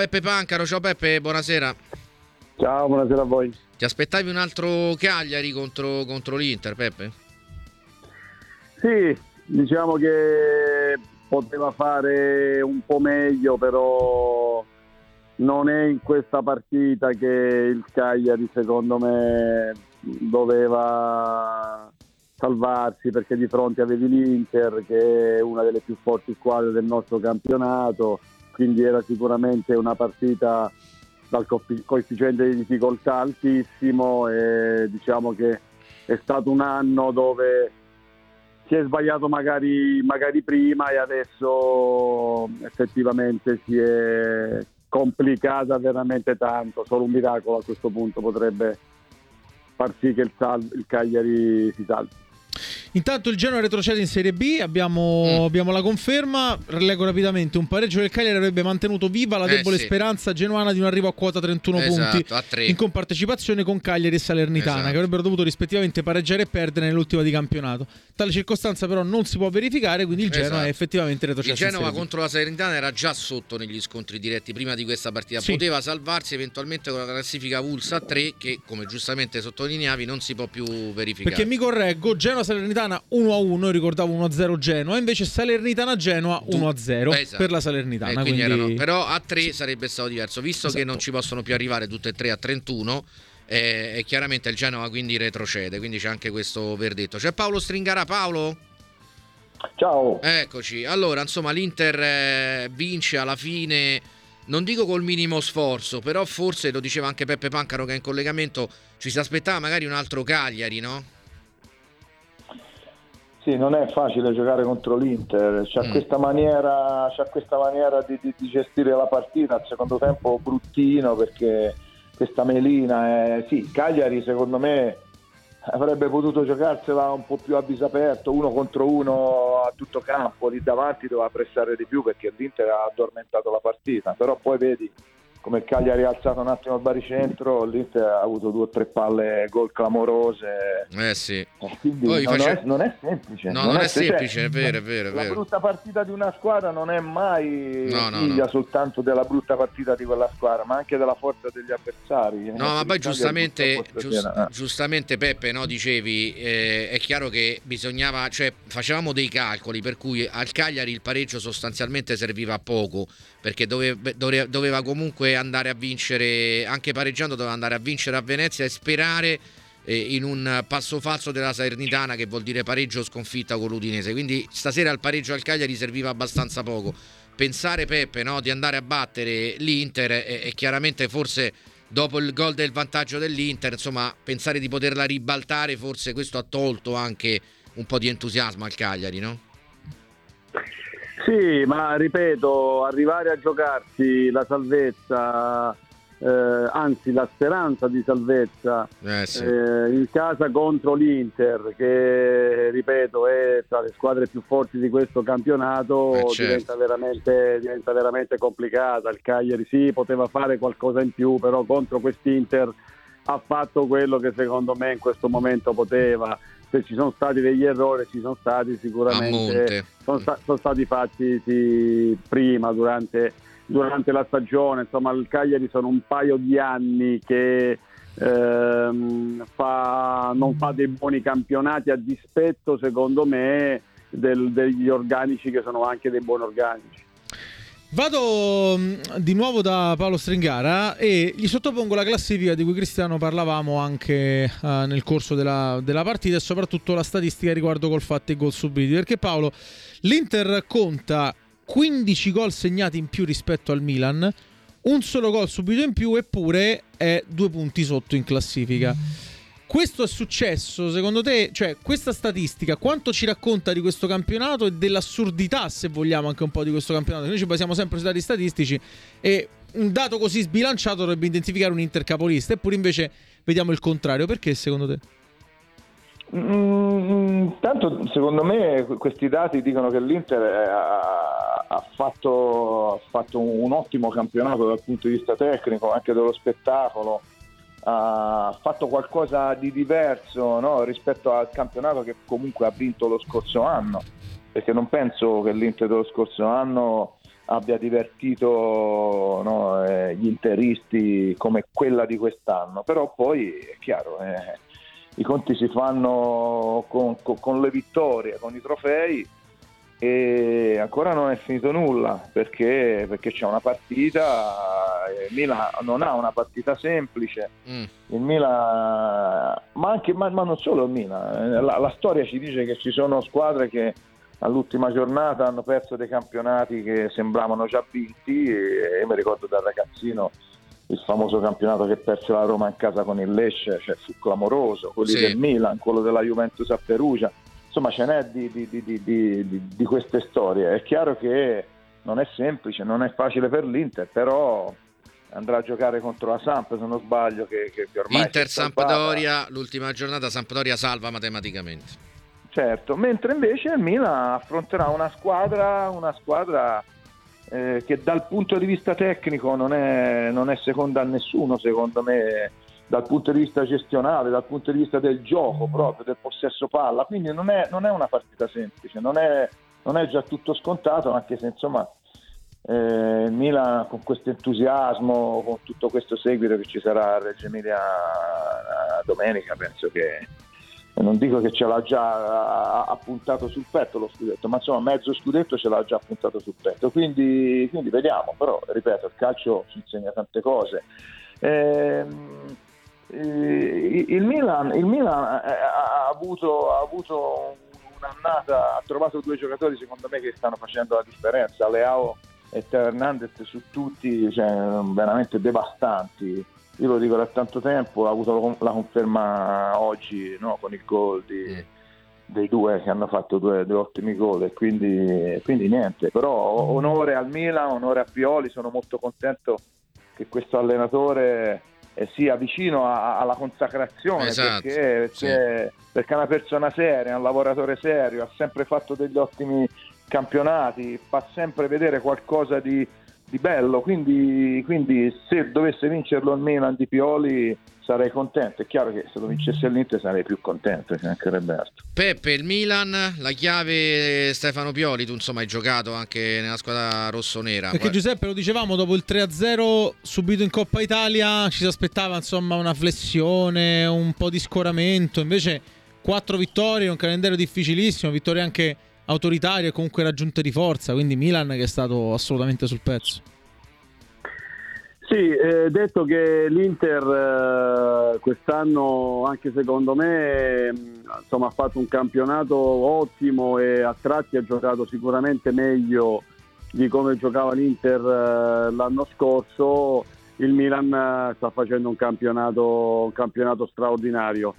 Peppe Pancaro. Ciao Peppe, buonasera. Ciao, buonasera a voi. Ti aspettavi un altro Cagliari contro l'Inter, Peppe? Sì, diciamo che poteva fare un po' meglio, però non è in questa partita che il Cagliari secondo me doveva salvarsi, perché di fronte avevi l'Inter, che è una delle più forti squadre del nostro campionato, quindi era sicuramente una partita dal coefficiente di difficoltà altissimo, e diciamo che è stato un anno dove si è sbagliato magari prima, e adesso effettivamente si è complicata veramente tanto. Solo un miracolo a questo punto potrebbe far sì che il Cagliari si salvi. Intanto il Genoa retrocede in Serie B, abbiamo la conferma. Leggo rapidamente: un pareggio del Cagliari avrebbe mantenuto viva la debole speranza genoana di un arrivo a quota 31 punti in compartecipazione con Cagliari e Salernitana, che avrebbero dovuto rispettivamente pareggiare e perdere nell'ultima di campionato. Tale circostanza però non si può verificare, quindi il Genoa è effettivamente retrocesso. Il Genoa contro la Salernitana era già sotto negli scontri diretti prima di questa partita, poteva salvarsi eventualmente con la classifica avulsa a 3, che come giustamente sottolineavi non si può più verificare. Perché mi correggo, Genoa-Salernitana 1-1, ricordavo 1-0 Genoa, invece Salernitana-Genoa 1-0 per la Salernitana, quindi... però a 3 sarebbe stato diverso, visto che non ci possono più arrivare tutte e tre a 31, e chiaramente il Genoa quindi retrocede, quindi c'è anche questo verdetto. C'è Paolo Stringara. Paolo? Ciao. Eccoci. Allora, insomma, l'Inter vince alla fine, non dico col minimo sforzo, però forse, lo diceva anche Peppe Pancaro che è in collegamento, ci si aspettava magari un altro Cagliari, no? Sì, non è facile giocare contro l'Inter, c'ha questa maniera di gestire la partita. Al secondo tempo bruttino, perché questa melina è... Sì, Cagliari secondo me avrebbe potuto giocarsela un po' più a viso aperto, 1 contro 1 a tutto campo, lì davanti doveva pressare di più perché l'Inter ha addormentato la partita, però poi vedi come il Cagliari ha alzato un attimo il baricentro, l'Inter ha avuto 2 o 3 palle gol clamorose. Sì. Quindi non è semplice. Non è semplice, è vero. La brutta partita di una squadra non è mai figlia soltanto della brutta partita di quella squadra, ma anche della forza degli avversari. No, ma poi giustamente Peppe, no, dicevi, è chiaro che bisognava, cioè facevamo dei calcoli per cui al Cagliari il pareggio sostanzialmente serviva a poco, perché doveva comunque andare a vincere, anche pareggiando doveva andare a vincere a Venezia e sperare in un passo falso della Salernitana, che vuol dire pareggio o sconfitta con l'Udinese. Quindi stasera il pareggio al Cagliari serviva abbastanza poco. Pensare, Peppe, no, di andare a battere l'Inter e chiaramente forse dopo il gol del vantaggio dell'Inter, insomma, pensare di poterla ribaltare, forse questo ha tolto anche un po' di entusiasmo al Cagliari, no? Sì, ma ripeto, arrivare a giocarsi la salvezza, anzi la speranza di salvezza in casa contro l'Inter, che ripeto è tra le squadre più forti di questo campionato, diventa veramente complicata. Il Cagliari sì, poteva fare qualcosa in più, però contro quest'Inter ha fatto quello che secondo me in questo momento poteva. Se ci sono stati degli errori, ci sono stati sicuramente, sono stati fatti prima, durante la stagione. Insomma, il Cagliari sono un paio di anni che non fa dei buoni campionati, a dispetto secondo me degli organici che sono anche dei buoni organici. Vado di nuovo da Paolo Stringara e gli sottopongo la classifica di cui, Cristiano, parlavamo anche nel corso della partita, e soprattutto la statistica riguardo gol fatti e gol subiti, perché Paolo, l'Inter conta 15 gol segnati in più rispetto al Milan, un solo gol subito in più, eppure è 2 punti sotto in classifica. Questo è successo, secondo te? Cioè, questa statistica quanto ci racconta di questo campionato e dell'assurdità, se vogliamo, anche un po' di questo campionato? Noi ci basiamo sempre sui dati statistici e un dato così sbilanciato dovrebbe identificare un Inter capolista, eppure invece vediamo il contrario. Perché secondo te? Tanto secondo me questi dati dicono che l'Inter ha fatto un ottimo campionato dal punto di vista tecnico, anche dello spettacolo. Ha fatto qualcosa di diverso, no, rispetto al campionato che comunque ha vinto lo scorso anno, perché non penso che l'Inter dello scorso anno abbia divertito, no, gli interisti come quella di quest'anno, però poi è chiaro, i conti si fanno con le vittorie, con i trofei, e ancora non è finito nulla perché c'è una partita. Il Milan non ha una partita semplice, il Milan, ma non solo il Milan, la storia ci dice che ci sono squadre che all'ultima giornata hanno perso dei campionati che sembravano già vinti, e mi ricordo da ragazzino il famoso campionato che perse la Roma in casa con il Lecce, cioè fu clamoroso, quelli del Milan, quello della Juventus a Perugia. Insomma, ce n'è di queste storie. È chiaro che non è semplice, non è facile per l'Inter, però andrà a giocare contro la Samp, se non sbaglio, che ormai Inter-Sampdoria, l'ultima giornata Sampdoria salva matematicamente. Certo, mentre invece il Milan affronterà una squadra che dal punto di vista tecnico non è seconda a nessuno, secondo me, dal punto di vista gestionale, dal punto di vista del gioco proprio, del possesso palla, quindi non è una partita semplice, non è già tutto scontato, anche se insomma il Milan con questo entusiasmo, con tutto questo seguito che ci sarà a Reggio Emilia domenica, penso che, non dico che ce l'ha già appuntato sul petto lo scudetto, ma insomma mezzo scudetto ce l'ha già appuntato sul petto, quindi vediamo. Però ripeto, il calcio ci insegna tante cose. Il Milan ha avuto un'annata, ha trovato due giocatori secondo me che stanno facendo la differenza, Leao e Teo Hernandez, su tutti, cioè, veramente devastanti. Io lo dico da tanto tempo, ha avuto la conferma oggi, no, con il gol dei due che hanno fatto due ottimi gol, e quindi niente, però onore al Milan, onore a Pioli, sono molto contento che questo allenatore sia vicino alla consacrazione, esatto, perché è una persona seria, un lavoratore serio, ha sempre fatto degli ottimi campionati, fa sempre vedere qualcosa di bello, quindi se dovesse vincerlo il Milan di Pioli sarei contento. È chiaro che se lo vincesse l'Inter sarei più contento, ci mancherebbe altro. Peppe, il Milan, la chiave Stefano Pioli, tu insomma hai giocato anche nella squadra rossonera. Perché Giuseppe, lo dicevamo, dopo il 3-0 subito in Coppa Italia ci si aspettava insomma una flessione, un po' di scoramento, invece 4 vittorie, un calendario difficilissimo, vittorie anche autoritarie e comunque raggiunte di forza, quindi Milan che è stato assolutamente sul pezzo. Sì, detto che l'Inter quest'anno anche secondo me insomma ha fatto un campionato ottimo e a tratti ha giocato sicuramente meglio di come giocava l'Inter l'anno scorso, il Milan sta facendo un campionato straordinario,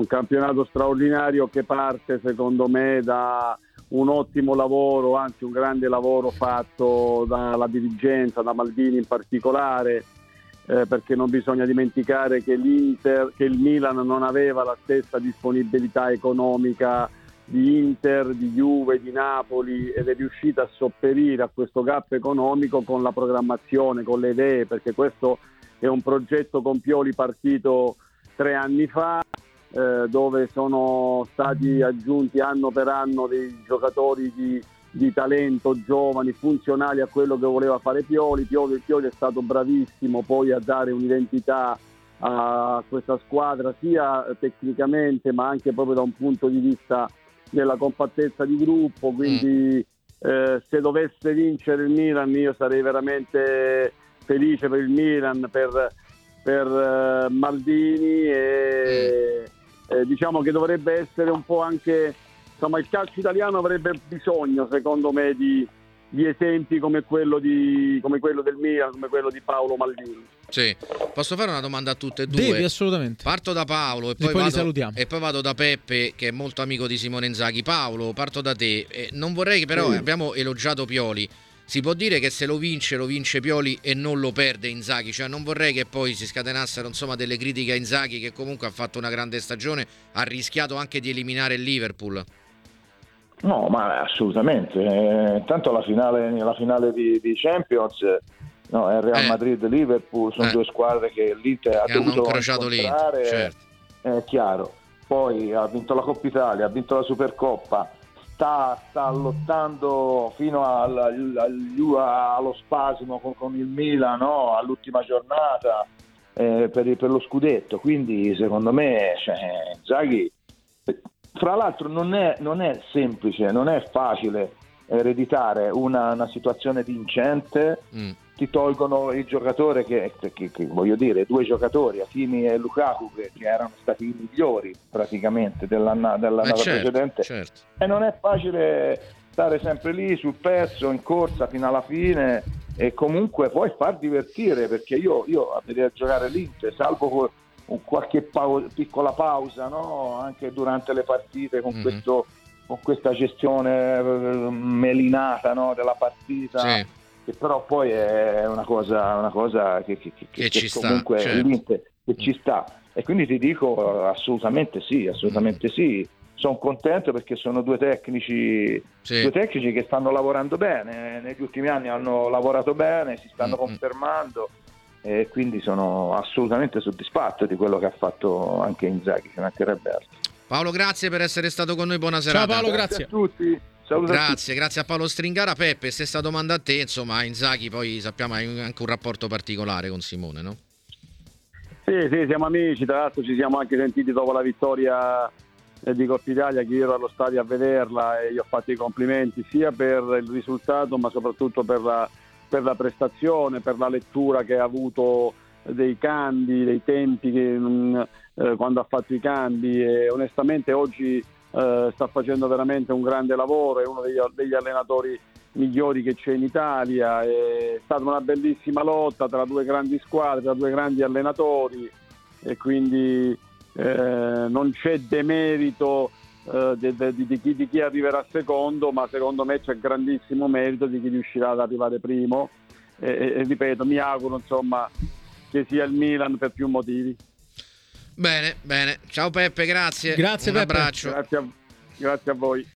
che parte secondo me da un ottimo lavoro, anzi un grande lavoro fatto dalla dirigenza, da Maldini in particolare, perché non bisogna dimenticare che il Milan non aveva la stessa disponibilità economica di Inter, di Juve, di Napoli, ed è riuscita a sopperire a questo gap economico con la programmazione, con le idee, perché questo è un progetto con Pioli partito 3 anni fa, dove sono stati aggiunti anno per anno dei giocatori di talento, giovani, funzionali a quello che voleva fare Pioli. Pioli è stato bravissimo poi a dare un'identità a questa squadra, sia tecnicamente ma anche proprio da un punto di vista della compattezza di gruppo, quindi se dovesse vincere il Milan io sarei veramente felice per il Milan, per Maldini, e diciamo che dovrebbe essere un po' anche, insomma, il calcio italiano avrebbe bisogno secondo me di esempi come quello del Milan, come quello di Paolo Maldini. Sì, posso fare una domanda a tutte e due? Devi, assolutamente. Parto da Paolo e poi li salutiamo. E poi vado da Peppe, che è molto amico di Simone Inzaghi. Paolo, parto da te. Non vorrei che però abbiamo elogiato Pioli. Si può dire che se lo vince Pioli e non lo perde Inzaghi, cioè non vorrei che poi si scatenassero insomma delle critiche a Inzaghi, che comunque ha fatto una grande stagione, ha rischiato anche di eliminare il Liverpool. No, ma assolutamente, tanto la finale di Champions, no, è Real Madrid-Liverpool, sono due squadre che l'Inter ha dovuto incrociato lì, certo. È chiaro. Poi ha vinto la Coppa Italia, ha vinto la Supercoppa, sta lottando fino allo spasimo con il Milan, no? All'ultima giornata per lo scudetto, quindi secondo me Inzaghi, fra l'altro non è semplice, non è facile ereditare una situazione vincente. Ti tolgono il giocatore che voglio dire, 2 giocatori, Hakimi e Lukaku, che erano stati i migliori praticamente dell'annata precedente, certo. E non è facile stare sempre lì sul pezzo, in corsa fino alla fine, e comunque poi far divertire, perché io a vedere giocare l'Inter, salvo qualche piccola pausa, no? Anche durante le partite con questa gestione melinata, no? Della partita, sì. Che però poi è una cosa che ci comunque sta, certo. L'Inter che ci sta, e quindi ti dico assolutamente sì. Sono contento perché sono due tecnici che stanno lavorando bene, negli ultimi anni hanno lavorato bene, si stanno confermando, e quindi sono assolutamente soddisfatto di quello che ha fatto anche Inzaghi, che mancherebbe altro. Paolo, grazie per essere stato con noi, buona serata. Ciao Paolo, grazie a tutti. Grazie a Paolo Stringara. Peppe, stessa domanda a te, insomma, Inzaghi poi sappiamo ha anche un rapporto particolare con Simone, no? Sì, siamo amici, tra l'altro ci siamo anche sentiti dopo la vittoria di Coppa Italia, che io ero allo stadio a vederla e gli ho fatto i complimenti sia per il risultato ma soprattutto per la prestazione, per la lettura che ha avuto dei cambi, dei tempi quando ha fatto i cambi, e onestamente oggi sta facendo veramente un grande lavoro, è uno degli allenatori migliori che c'è in Italia, è stata una bellissima lotta tra 2 grandi squadre, tra 2 grandi allenatori, e quindi non c'è demerito di chi arriverà secondo, ma secondo me c'è grandissimo merito di chi riuscirà ad arrivare primo, e ripeto, mi auguro insomma che sia il Milan per più motivi. Bene, ciao Peppe, grazie. Grazie un Peppe. Abbraccio. Grazie a voi.